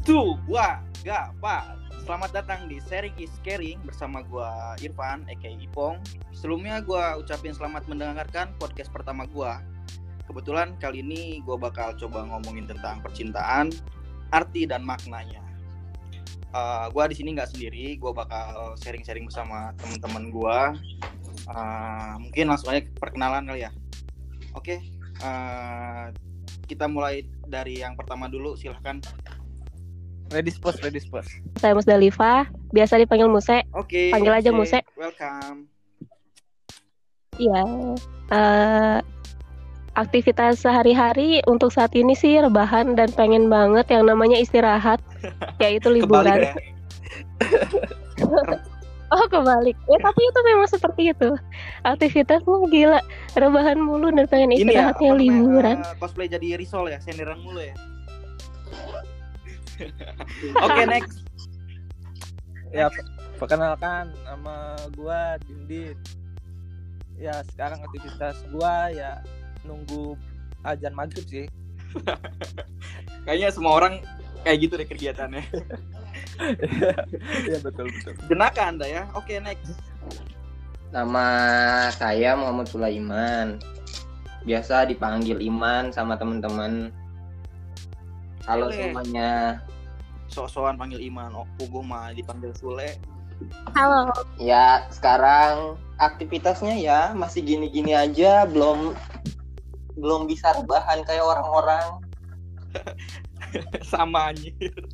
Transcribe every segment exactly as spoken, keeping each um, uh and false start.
Tuh, gua gak Pak. Selamat datang di Sharing is Caring bersama gua Irfan aka Ipong. Sebelumnya gua ucapin selamat mendengarkan podcast pertama gua. Kebetulan kali ini gua bakal coba ngomongin tentang percintaan, arti dan maknanya. Uh, gua di sini nggak sendiri, gua bakal sharing-sharing bersama teman-teman gua. Uh, mungkin langsung aja perkenalan kali ya. Oke, uh, kita mulai dari yang pertama dulu, silahkan. Ready post, ready post. Saya Musdalifah, biasa dipanggil Muse. Oke. Panggil aja Muse. Muse. Welcome. Iya. Uh, aktivitas sehari-hari untuk saat ini sih rebahan dan pengen banget yang namanya istirahat, yaitu liburan. Kebalik ya? Oh kebalik. Ya tapi itu memang seperti itu. Aktivitas lu gila, rebahan mulu dan pengen istirahatnya Ini ya, liburan. Uh, cosplay jadi risol ya, senderan mulu ya. Oke, okay, next. Ya, perkenalkan nama gua Dindin. Ya, sekarang aktivitas gua ya nunggu azan maghrib sih. Kayaknya semua orang kayak gitu deh kegiatannya. Iya, betul betul. Jenaka Anda ya. Oke, okay, next. Nama saya Muhammad Sulaiman. Biasa dipanggil Iman sama teman-teman. Halo Sule. semuanya. Sok-sokan panggil Iman, oh gue mah dipanggil Sule. Halo. Ya, sekarang aktivitasnya ya masih gini-gini aja, belum belum bisa rebahan kayak orang-orang. Sama anjir.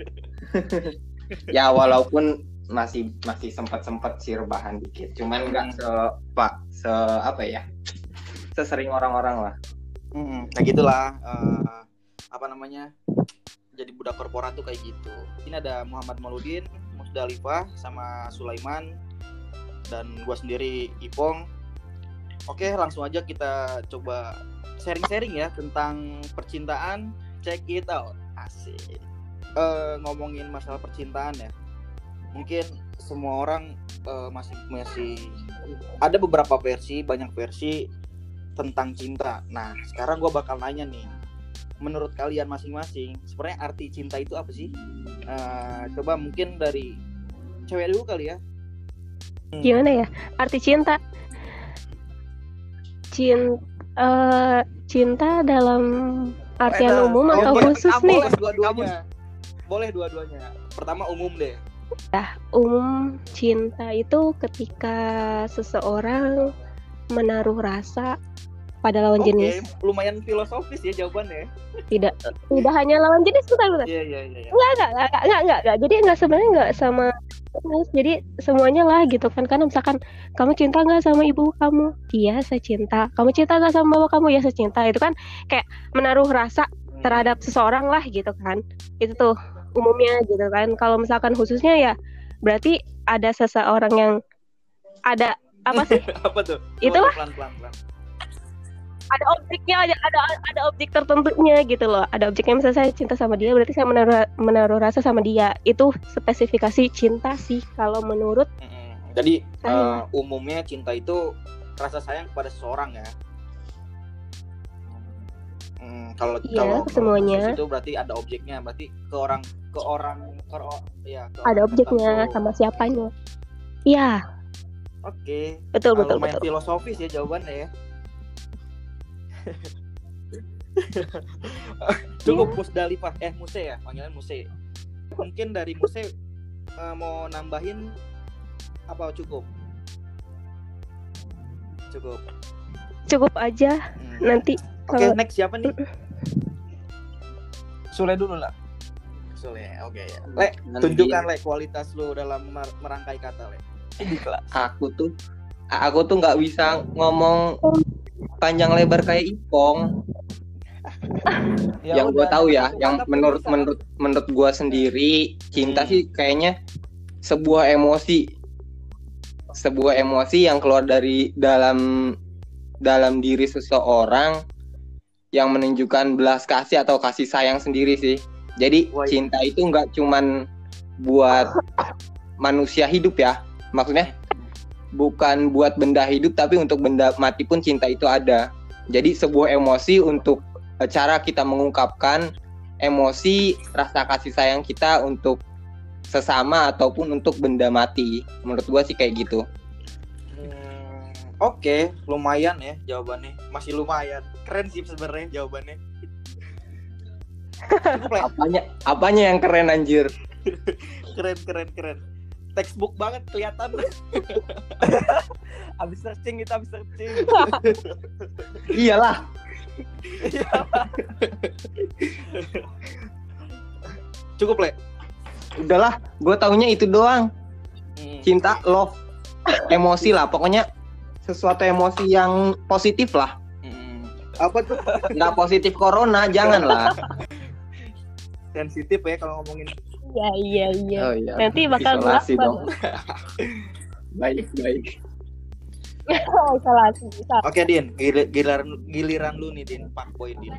Ya, walaupun masih masih sempat-sempat sih rebahan dikit, cuman enggak se pak se apa ya? Sesering orang-orang lah. Hmm, kayak gitulah uh, apa namanya? Jadi budak korporat tuh kayak gitu. Ini ada Muhammad Mauludin, Musdalifah, sama Sulaiman, dan gua sendiri Ipong. Oke, langsung aja kita coba sharing-sharing ya tentang percintaan. Check it out. Asik. Uh, ngomongin masalah percintaan ya. Mungkin semua orang uh, masih masih ada beberapa versi, banyak versi tentang cinta. Nah, sekarang gua bakal nanya nih. Menurut kalian masing-masing, sebenarnya arti cinta itu apa sih? Uh, coba mungkin dari cewek dulu kali ya. Hmm. Gimana ya? Arti cinta? Cinta, uh, cinta dalam artian eh, umum atau boleh, khusus kamu, nih? Boleh dua-duanya. Boleh dua-duanya. Pertama umum deh. Nah, umum cinta itu ketika seseorang menaruh rasa pada lawan okay, jenis. Lumayan filosofis ya jawabannya. Tidak, tidak hanya lawan jenis, bentar, bentar. Iya, iya, iya. Enggak, enggak, enggak, enggak, enggak, enggak. Jadi enggak sebenarnya enggak sama jenis. Jadi semuanya lah gitu kan. Karena misalkan kamu cinta enggak sama ibu kamu? Iya, saya cinta. Kamu cinta enggak sama bapak kamu? Ya, saya cinta. Itu kan kayak menaruh rasa terhadap seseorang lah gitu kan. Itu tuh umumnya gitu kan. Kalau misalkan khususnya ya berarti ada seseorang yang ada apa sih? Apa tuh? Itulah. Pelan-pelan, pelan. Ada objeknya, ada ada ada objek tertentunya gitu loh. Ada objeknya, misalnya saya cinta sama dia, berarti saya menaruh menaruh rasa sama dia. Itu spesifikasi cinta sih kalau menurut. Mm-hmm. Jadi uh, umumnya cinta itu rasa sayang kepada seseorang ya. Hmm, kalau iya, kalau semuanya itu berarti ada objeknya, berarti ke orang ke orang ke ya ke ada orang objeknya tertentu. Sama siapanya. Iya. Oke. Betul uh, betul lumayan betul. filosofis ya jawabannya ya. Cukup Musdalifah eh Muse ya, panggilan Muse. Mungkin dari Muse uh, mau nambahin apa cukup? Cukup. Cukup aja. Hmm. Nanti Oke, okay, kalau... next siapa nih? Sule dulu lah. Sule. Oke okay, ya. Le, tunjukkan Le kualitas lu dalam mer- merangkai kata Le. Di kelas. Aku tuh aku tuh nggak bisa ngomong panjang lebar kayak Ipong. Ya yang gue tahu ya, yang menurut bisa. menurut menurut gue sendiri cinta hmm. sih kayaknya sebuah emosi, sebuah emosi yang keluar dari dalam dalam diri seseorang yang menunjukkan belas kasih atau kasih sayang sendiri sih. Jadi Woy. cinta itu nggak cuman buat manusia hidup ya, maksudnya bukan buat benda hidup, tapi untuk benda mati pun cinta itu ada. Jadi sebuah emosi untuk cara kita mengungkapkan emosi, rasa kasih sayang kita untuk sesama ataupun untuk benda mati. Menurut gua sih kayak gitu. Hmm, Oke, lumayan ya jawabannya. Masih lumayan. Keren sih sebenarnya jawabannya. Cukup lah. Apanya apanya yang keren anjir? Keren keren keren. Textbook banget kelihatan. Abis searching kita abis searching. Iyalah. Cukup, Le. Udahlah, gua taunya itu doang. Hmm. Cinta, love, emosi lah. Pokoknya sesuatu emosi yang positif lah. Hmm. Apa tuh? Nggak positif corona, janganlah. Sensitif ya kalau ngomongin. Iya iya iya. Oh, iya. Nanti bakal Isolasi gelap dong. Baik, baik. Oh, isolasi. Bisa. Oke, Din. Gil- Giliran giliran lu nih, Din. Pak Boy, Din.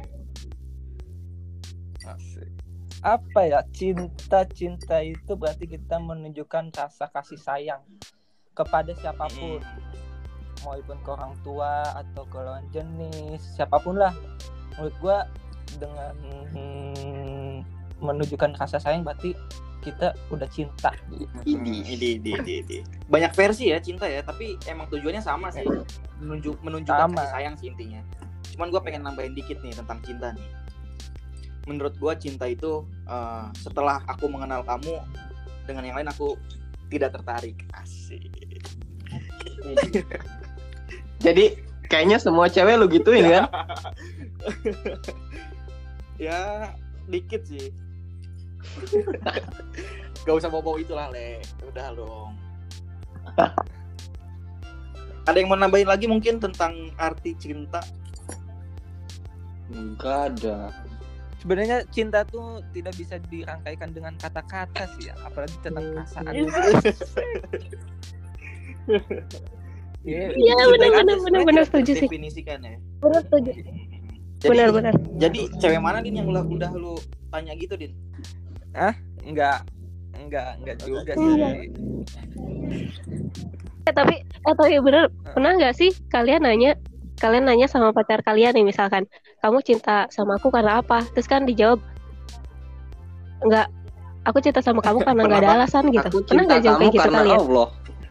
Asik. Apa ya, cinta-cinta itu berarti kita menunjukkan rasa kasih sayang kepada siapapun, maupun ke orang tua atau ke lawan jenis, siapapun lah. Menurut gua dengan hmm, menunjukkan rasa sayang berarti kita udah cinta. Ini, ini, ini, ini. Banyak versi ya cinta ya, tapi emang tujuannya sama sih. Menunjuk, menunjukkan Sama. kasih sayang sih intinya. Cuman gue pengen nambahin dikit nih tentang cinta nih. Menurut gue cinta itu uh, setelah aku mengenal kamu, dengan yang lain aku tidak tertarik. Asik. Jadi kayaknya semua cewek lu gituin kan? Ya dikit sih. Gak usah bawa-bawa itulah, Le. Udah dong. Ada yang mau nambahin lagi mungkin tentang arti cinta? Enggak ada. Sebenarnya cinta tuh tidak bisa dirangkaikan dengan kata-kata sih ya, apalagi tentang perasaan. Iya benar benar benar benar setuju sih. Definisikan ya. Benar setuju. Jadi, Benar benar. Jadi cewek mana, Din, yang udah, udah lu tanya gitu, Din? Enggak, enggak, enggak juga Iya. sih. Eh, tapi eh tapi bener pernah nggak sih kalian nanya kalian nanya sama pacar kalian nih misalkan kamu cinta sama aku karena apa, terus kan dijawab nggak, aku cinta sama kamu karena nggak ada alasan gitu. Aku Pernah cinta nggak jawab kamu kayak gitu karena kalian? Allah.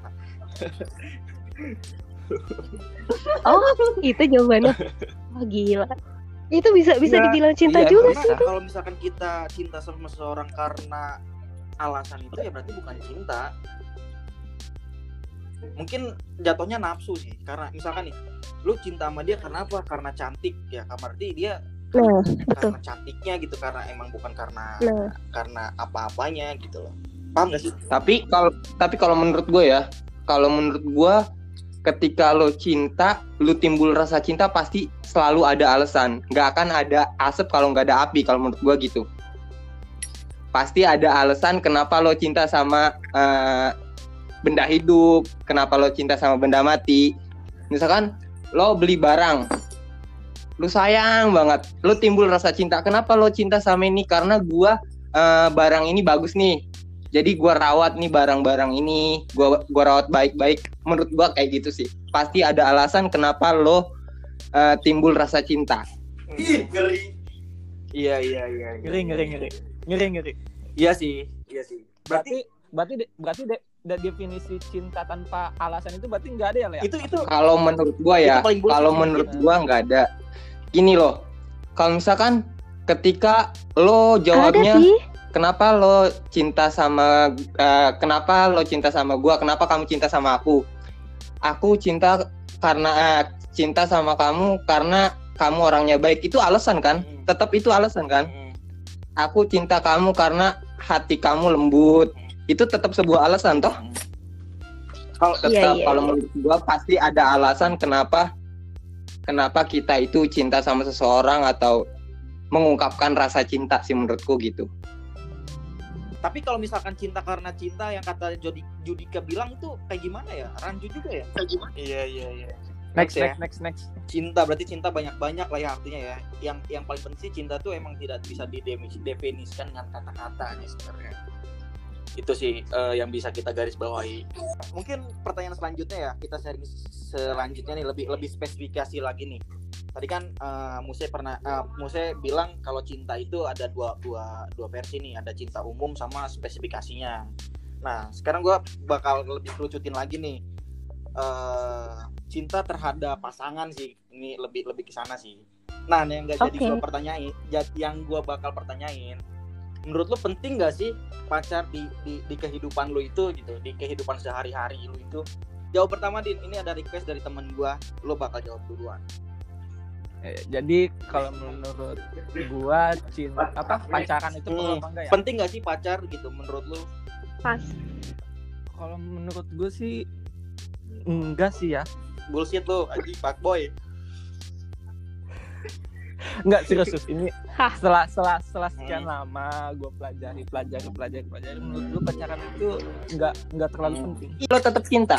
Oh itu jawabannya. Oh gila, itu bisa bisa Iya, dibilang cinta iya, juga bisa. sih. Karena kalau misalkan kita cinta sama seseorang karena alasan itu ya berarti bukan cinta. Mungkin jatuhnya nafsu sih. Karena misalkan nih, lu cinta sama dia karena apa? Karena cantik ya. Berarti dia Nah betul. karena cantiknya gitu, karena emang bukan karena Nah karena apa-apanya gitu loh. Paham gak sih? Tapi kalau tapi kalau menurut gue ya, kalau menurut gue ketika lo cinta, lo timbul rasa cinta pasti selalu ada alasan. Nggak akan ada asap kalau nggak ada api, kalau menurut gue gitu. Pasti ada alasan kenapa lo cinta sama uh, benda hidup, kenapa lo cinta sama benda mati. Misalkan lo beli barang, lo sayang banget, lo timbul rasa cinta. Kenapa lo cinta sama ini? Karena gua uh, barang ini bagus nih, jadi gua rawat nih barang-barang ini, gua gua rawat baik-baik. Menurut gua kayak gitu sih. Pasti ada alasan kenapa lo uh, timbul rasa cinta. Ih, ngeri. Iya, iya, iya. iya. Ngeri, ngeri, ngeri, ngeri, ngeri. Iya sih, iya sih. Berarti, berarti, de, berarti de, de, definisi cinta tanpa alasan itu berarti nggak ada ya, Lea? Itu itu Kalau menurut gua ya, Itu paling bullshit kalau sih. menurut gua nggak ada. Gini loh, kalau misalkan ketika lo ada jawabnya sih. kenapa lo cinta sama uh, kenapa lo cinta sama gua, kenapa kamu cinta sama aku? Aku cinta karena uh, cinta sama kamu karena kamu orangnya baik. Itu alasan kan? Hmm. Tetap itu alasan kan? Hmm. Aku cinta kamu karena hati kamu lembut. Itu tetap sebuah alasan toh? Kalau Tetap Iya, iya, kalau iya. menurut gua pasti ada alasan kenapa kenapa kita itu cinta sama seseorang atau mengungkapkan rasa cinta sih menurutku gitu. Tapi kalau misalkan cinta karena cinta yang kata Jody, Judika bilang itu kayak gimana ya? Rancu juga ya? Kayak gimana? Iya, iya, iya. Next, ya. next, next, next. Cinta berarti cinta banyak-banyak lah ya artinya ya. Yang yang paling penting sih cinta tuh emang tidak bisa didefinisikan dengan kata-kata nih sebenarnya. Itu sih uh, yang bisa kita garis bawahi. Mungkin pertanyaan selanjutnya ya, kita sharing selanjutnya nih lebih lebih spesifikasi lagi nih. tadi kan uh, Muse pernah uh, Muse bilang kalau cinta itu ada dua dua dua versi nih, ada cinta umum sama spesifikasinya. Nah sekarang gue bakal lebih kerucutin lagi nih, uh, cinta terhadap pasangan sih, ini lebih lebih ke sana sih. Nah yang nggak jadi Oke. gue pertanyain, yang gue bakal pertanyain, menurut lo penting nggak sih pacar di, di di kehidupan lo itu gitu, di kehidupan sehari-hari lo itu? Jawab pertama Din, ini ada request dari temen gue, lo bakal jawab duluan. Eh, jadi kalau menurut gua cinta apa pacaran itu perlu Hmm, apa enggak ya? penting nggak sih pacar gitu menurut lo? Pas. Kalau menurut gua sih enggak sih ya. Bullshit lo, anjing fuckboy. Enggak serius sus. Ini Hah. setelah setelah setelah sekian Hmm. lama gua pelajari pelajari pelajari pelajari menurut gua pacaran itu enggak enggak terlalu Hmm. penting. Lo tetap cinta.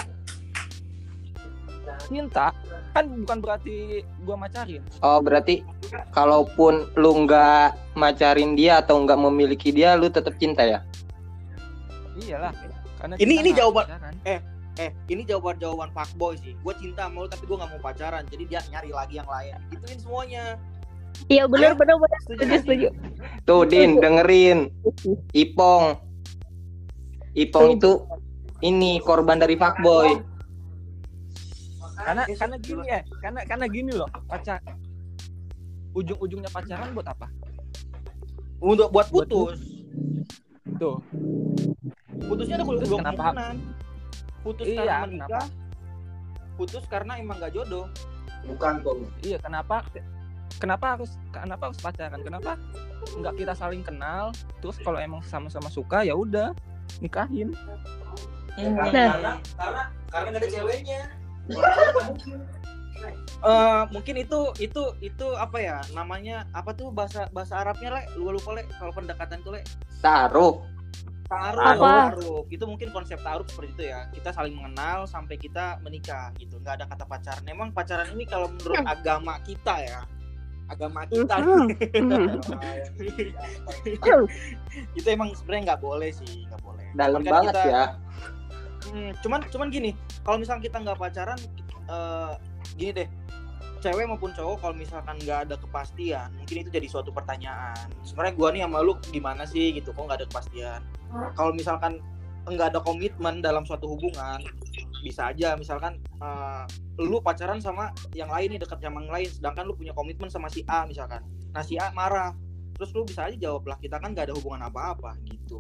Cinta kan bukan berarti gua macarin. Oh berarti kalaupun lu nggak macarin dia atau nggak memiliki dia, lu tetap cinta ya? Iyalah. Karena Ini- kita ini nggak jawaban- pacaran. Eh, ini jawaban-jawaban fuckboy sih. Gue cinta sama lu tapi gue nggak mau pacaran. Jadi dia nyari lagi yang lain. Gituin semuanya. Iya benar benar benar. Setuju Setuju nggak sih? setuju. Tuh Din, dengerin. Ipong. Ipong itu ini korban dari fuckboy. Karena karena gini ya, karena karena gini loh, pacar ujung-ujungnya pacaran buat apa? Untuk buat Buat putus. Tuh. Putusnya ada Terus dua kenapa? kemungkinan. Putus Iya, karena kenapa? menikah. Putus karena emang gak jodoh. Bukan Bang. Iya, kenapa kenapa harus kenapa harus pacaran? Kenapa nggak kita saling kenal? Terus kalau emang sama-sama suka ya udah nikahin. Nah. Karena karena karena gak ada ceweknya. Eh mungkin itu itu itu apa ya namanya, apa tuh bahasa bahasa Arabnya le, lupa lupa le, kalau pendekatan tuh le, Taruh. ta'aruf. Apa? Ta'aruf. Itu mungkin konsep ta'aruf seperti itu ya, kita saling mengenal sampai kita menikah gitu, nggak ada kata pacaran. Emang pacaran ini kalau menurut agama kita ya, agama kita Mhm. itu emang sebenarnya nggak boleh sih, nggak boleh. Dalam Cuman kan banget kita- ya. Hmm, cuman cuman gini, kalau misalnya kita nggak pacaran, eh, gini deh, cewek maupun cowok kalau misalkan nggak ada kepastian, mungkin itu jadi suatu pertanyaan. Sebenarnya gua nih sama lu gimana sih gitu, kok nggak ada kepastian. Kalau misalkan nggak ada komitmen dalam suatu hubungan, bisa aja misalkan eh, lu pacaran sama yang lain nih, dekat sama yang lain, sedangkan lu punya komitmen sama si A misalkan. Nah si A marah, terus lu bisa aja jawab lah, kita kan nggak ada hubungan apa-apa gitu.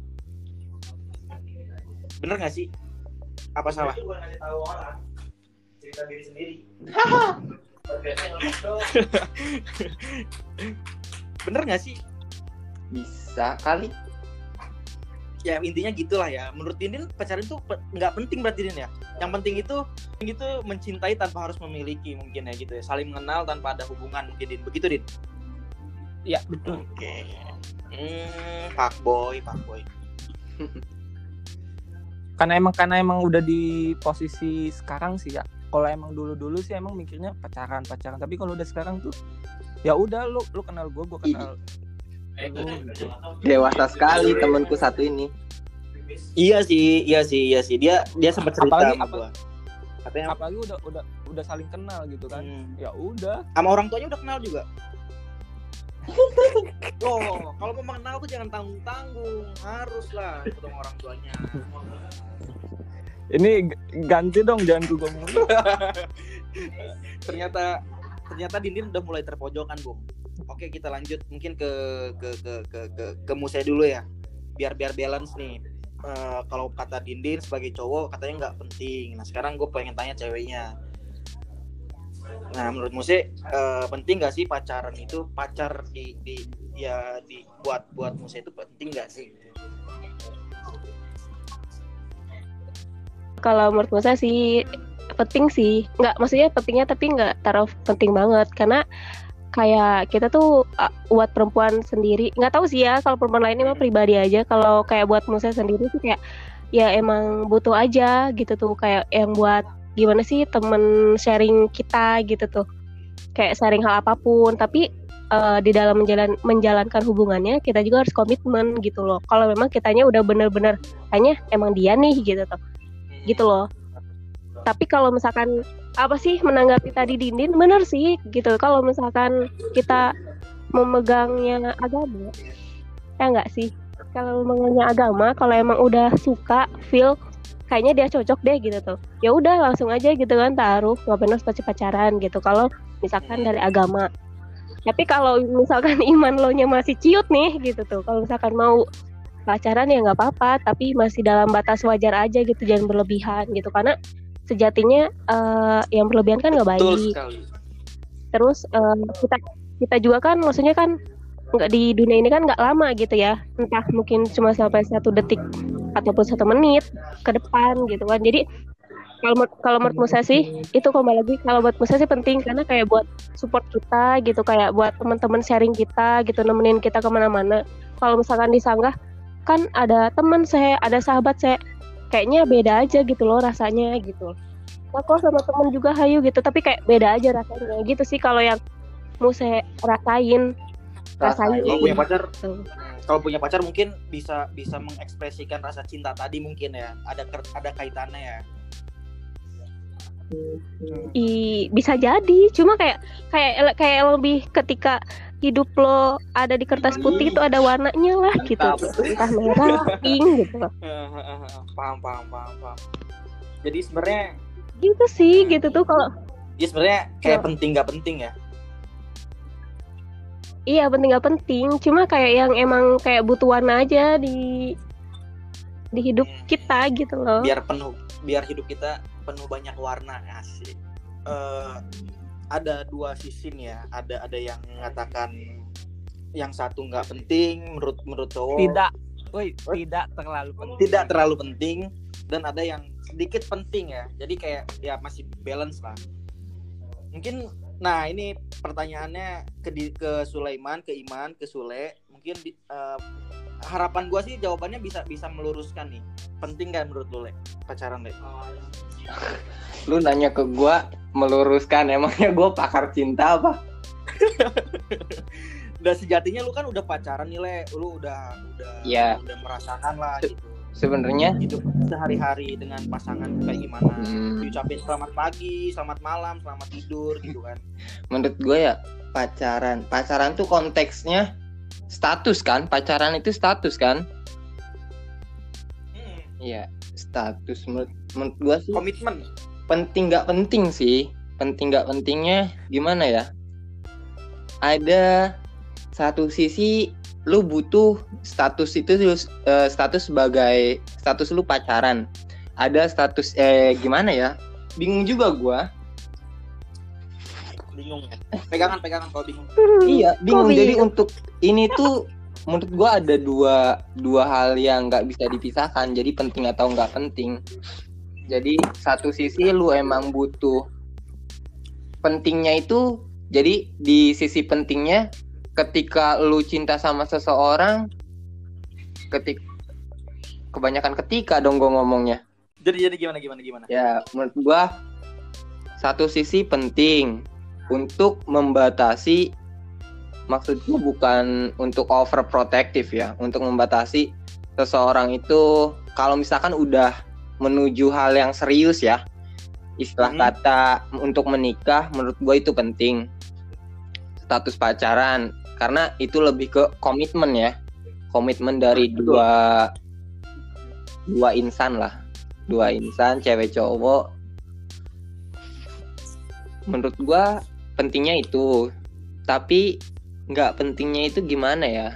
Bener nggak sih? Apa salah? Cerita diri sendiri. Bener nggak sih? Bisa kali. Ya intinya gitulah ya. Menurut Dindin pacaran itu pe- nggak penting berarti Din ya. Yang penting itu itu mencintai tanpa harus memiliki mungkin ya gitu ya. Saling mengenal tanpa ada hubungan mungkin Din. Begitu Din. Iya, betul. Oke. Hmm, fuckboy, fuckboy. Karena emang karena emang udah di posisi sekarang sih ya. Kalau emang dulu-dulu sih emang mikirnya pacaran, pacaran. Tapi kalau udah sekarang tuh ya udah lu lu kenal gue, gue kenal lu gitu. Dewasa sekali temanku satu ini. Iya sih, iya sih, iya sih. Dia dia sempat cerita Apalagi- sama apa- gua. Katanya Apalagi udah udah udah saling kenal gitu kan. hmm, Ya udah. sama orang tuanya udah kenal juga. Loh, kalau mau mengenal tuh jangan tanggung-tanggung, harus lah ketemu orang tuanya. Ini g- ganti dong, jangan gue ngomong. ternyata ternyata Dindin udah mulai terpojokan, Bung. Oke, kita lanjut mungkin ke ke ke ke ke, ke Muse dulu ya. Biar biar balance nih. Eh, kalau kata Dindin sebagai cowok katanya nggak penting. Nah, sekarang gue pengen tanya ceweknya. Nah, menurut Muse eh, penting nggak sih pacaran itu? Pacar di di ya di buat buat Muse itu penting nggak sih? Kalau menurut saya sih penting sih, nggak maksudnya pentingnya tapi nggak taruh penting banget karena kayak kita tuh uh, buat perempuan sendiri nggak tahu sih ya kalau perempuan lain emang pribadi aja, kalau kayak buat saya sendiri sih kayak ya emang butuh aja gitu tuh, kayak yang buat gimana sih temen sharing kita gitu tuh, kayak sharing hal apapun, tapi uh, di dalam menjalan, menjalankan hubungannya kita juga harus komitmen gitu loh. Kalau memang kitanya udah bener-bener kayaknya emang dia nih gitu tuh gitu loh. Tapi kalau misalkan apa sih menanggapi tadi Dindin, bener sih gitu. Kalau misalkan kita memegangnya agama, ya enggak sih? Kalau memegangnya agama, kalau emang udah suka, feel kayaknya dia cocok deh gitu tuh, ya udah langsung aja gitu kan, taruh, nggak benar pasti pacaran gitu. Kalau misalkan dari agama. Tapi kalau misalkan iman lo nya masih ciut nih gitu tuh, kalau misalkan mau pacaran ya nggak apa-apa, tapi masih dalam batas wajar aja gitu, jangan berlebihan gitu. Karena sejatinya uh, yang berlebihan kan nggak baik. Betul sekali. Terus uh, kita kita juga kan, maksudnya kan nggak di dunia ini kan nggak lama gitu ya, entah mungkin cuma sampai satu detik ataupun satu menit ke depan gitu kan. Jadi kalau kalau menurut saya sih itu kembali lagi, kalau buat saya sih penting karena kayak buat support kita gitu, kayak buat teman-teman sharing kita gitu, nemenin kita kemana-mana. Kalau misalkan disanggah kan ada teman saya, ada sahabat saya, kayaknya beda aja gitu loh rasanya gitu. Nah, kok sama teman juga hayu gitu, tapi kayak beda aja rasanya gitu sih kalau yang mau saya rasain. Rasain. Kalau punya pacar, hmm, kalau punya pacar mungkin bisa bisa mengekspresikan rasa cinta tadi mungkin ya, ada ada kaitannya ya. I, bisa jadi, cuma kayak kayak kayak lebih ketika hidup lo ada di kertas putih itu ada warnanya lah gitu, entah merah, pink gitu loh. Paham paham paham paham. Jadi sebenarnya gitu sih gitu tuh kalau. Ya sebenarnya kayak so, penting nggak penting ya. Iya penting nggak penting, cuma kayak yang emang kayak butuh warna aja di di hidup hmm. kita gitu loh. Biar penuh, biar hidup kita penuh banyak warna, asik. Uh, ada dua sisi nih ya, ada ada yang mengatakan yang satu nggak penting menurut menurut cowok. Tidak, woi tidak terlalu penting. Tidak terlalu penting, dan ada yang sedikit penting ya. Jadi kayak ya masih balance lah. Mungkin. Nah ini pertanyaannya ke di, ke Sulaiman, ke Iman, ke Sule. Mungkin di, uh, harapan gue sih jawabannya bisa bisa meluruskan nih. Penting gak menurut lu Le pacaran Le? Lu nanya ke gue meluruskan, emangnya gue pakar cinta apa? Udah sejatinya lu kan udah pacaran nih Le, lu udah udah ya. udah merasakan lah gitu. Sebenarnya hidup sehari-hari dengan pasangan kayak gimana, hmm. diucapin selamat pagi, selamat malam, selamat tidur gitu kan. Menurut gue ya pacaran, pacaran tuh konteksnya status kan, pacaran itu status kan. Iya hmm. status menurut, menurut gue sih. Komitmen. Penting nggak penting sih, penting nggak pentingnya gimana ya? Ada satu sisi lu butuh status itu uh, status sebagai status lu pacaran. Ada status eh gimana ya? Bingung juga gua. Bingung ya. Pegangan pegangan kalau bingung. Iya, bingung. Jadi untuk ini tuh menurut gua ada dua dua hal yang nggak bisa dipisahkan. Jadi penting atau nggak penting. Jadi satu sisi lu emang butuh pentingnya itu. Jadi di sisi pentingnya, ketika lu cinta sama seseorang, ketik kebanyakan ketika dong gue ngomongnya. Jadi jadi gimana gimana gimana? Ya menurut gue satu sisi penting untuk membatasi, maksudnya bukan untuk overprotective ya, untuk membatasi seseorang itu kalau misalkan udah menuju hal yang serius ya, istilah hmm. kata untuk menikah, menurut gue itu penting. Status pacaran. Karena itu lebih ke komitmen ya, komitmen dari dua dua insan lah, dua insan cewek cowok. Menurut gua pentingnya itu, tapi nggak pentingnya itu gimana ya?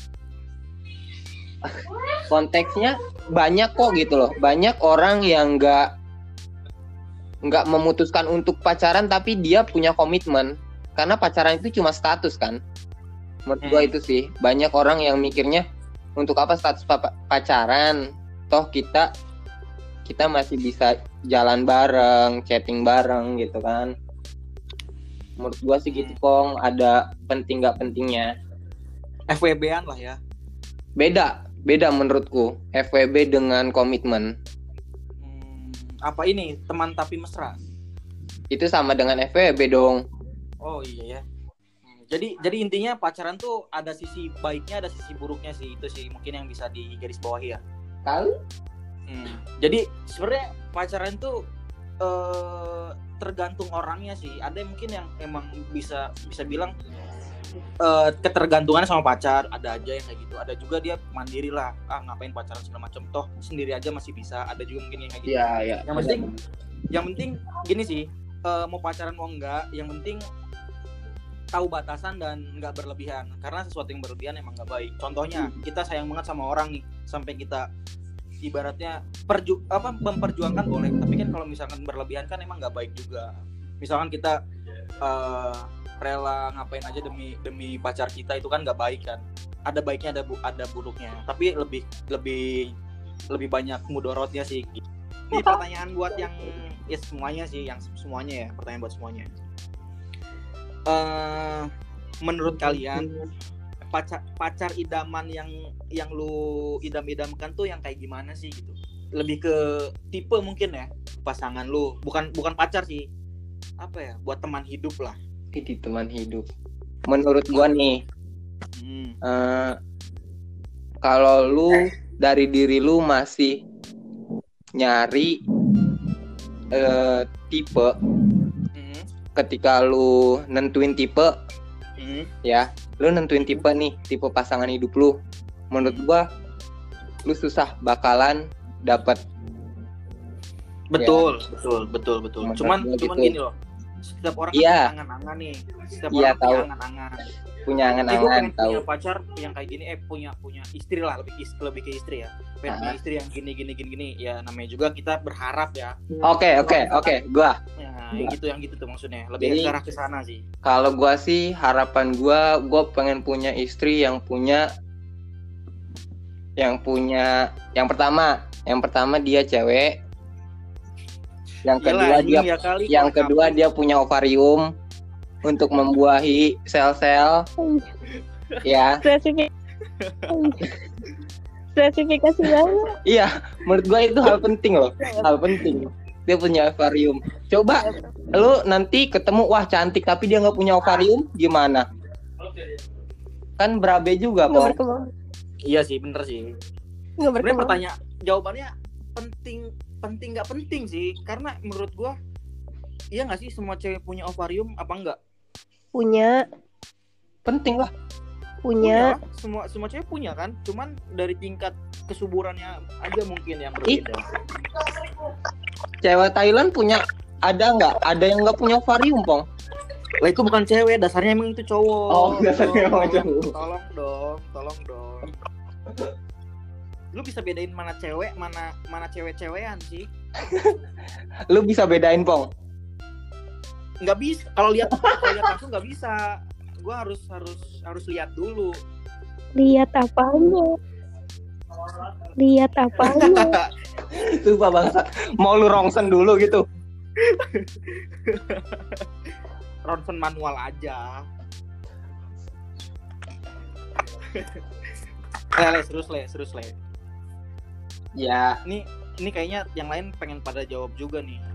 Konteksnya banyak kok gitu loh, banyak orang yang nggak nggak memutuskan untuk pacaran tapi dia punya komitmen, karena pacaran itu cuma status kan. Menurut gue itu sih, banyak orang yang mikirnya untuk apa status pa- pacaran, toh kita kita masih bisa jalan bareng, chatting bareng gitu kan. Menurut gue sih gitu Kong, ada penting nggak pentingnya. F W B-an lah ya. Beda, beda menurutku F W B dengan komitmen. Hmm, apa ini teman tapi mesra? Itu sama dengan F W B dong. Oh iya ya. Jadi jadi intinya pacaran tuh ada sisi baiknya, ada sisi buruknya sih. Itu sih mungkin yang bisa digarisbawahi ya. Kali? Hmm. Jadi sebenarnya pacaran tuh eh, tergantung orangnya sih. Ada yang mungkin yang emang bisa bisa bilang eh, ketergantungan sama pacar, ada aja yang kayak gitu. Ada juga dia mandiri lah, ah ngapain pacaran segala macam, toh sendiri aja masih bisa. Ada juga mungkin yang kayak gitu. Iya, iya. Yang penting yang penting gini sih, eh, mau pacaran mau enggak, yang penting tahu batasan dan nggak berlebihan, karena sesuatu yang berlebihan emang nggak baik. Contohnya kita sayang banget sama orang nih sampai kita ibaratnya perju apa memperjuangkan boleh, tapi kan kalau misalkan berlebihan kan emang nggak baik juga. Misalkan kita uh, rela ngapain aja demi demi pacar kita, itu kan nggak baik kan. Ada baiknya, ada bu ada buruknya, tapi lebih lebih lebih banyak mudorotnya sih. Ini pertanyaan buat yang ya semuanya sih, yang semuanya ya, pertanyaan buat semuanya. Uh, menurut kalian pacar pacar idaman yang yang lu idam-idamkan tuh yang kayak gimana sih gitu? Lebih ke tipe mungkin ya pasangan lu, bukan bukan pacar sih, apa ya, buat teman hidup lah. Ini teman hidup. Menurut gua nih, hmm. uh, kalau lu dari diri lu masih nyari uh, tipe, hmm. ketika lu nentuin tipe, hmm. ya, lu nentuin tipe nih, tipe pasangan hidup lu. Menurut gua, lu susah bakalan dapat. Betul, ya. betul, betul, betul. Menurut Cuman gua cuman gitu. gini loh. Setiap orang Iya. kan punya angan-angan nih. Setiap Iya, orang tahu. punya angan-angan. Punya Eh, gue angan-angan, pengen tahu. punya pacar yang kayak gini, eh punya punya istri lah, lebih lebih ke istri ya. Pengen punya Ah. istri yang gini gini gini gini. Ya namanya juga kita berharap ya. Oke, oke, oke, gua. Ya, yang gitu yang gitu tuh maksudnya. Lebih Jadi, ke arah ke sana sih. Kalau gua sih harapan gua, gua pengen punya istri yang punya yang punya yang pertama, yang pertama dia cewek. Yang kedua Yalah, dia ya kali, yang kalau kedua kamu- dia punya ovarium untuk membuahi sel-sel. Ya. Spesifik. Spesifikasi banget. Iya, menurut gua itu hal penting loh. Hal penting. Dia punya ovarium. Coba lu nanti ketemu, wah cantik tapi dia nggak punya ovarium, gimana? Kan berabe juga, Nggak Pong. berkembang. Iya sih, bener sih. Nggak Sebenarnya berkembang. pertanyaan jawabannya penting penting nggak penting sih, karena menurut gua iya nggak sih semua cewek punya ovarium apa enggak? Punya, Penting lah. punya. Punya, semua semua cewek punya kan, cuman dari tingkat kesuburannya aja mungkin yang berbeda. Cewek Thailand punya ada nggak? Ada yang nggak punya ovarium, Pong? Lah itu bukan cewek, dasarnya emang itu cowok. Oh, dasarnya emang Tolong- cowok. Tolong dong, tolong dong. Lu bisa bedain mana cewek, mana mana cewek-cewekan sih? Lu bisa bedain, Pong? Nggak bisa. Kalau lihat kalau lihat langsung nggak bisa. Gua harus harus harus lihat dulu. Lihat apanya? Lihat apanya? Sumpah bangsa. Mau lu rongsen dulu gitu. Ronsen manual aja. Le, le, serius le, serius le. Ya, Ini ini kayaknya yang lain pengen pada jawab juga nih.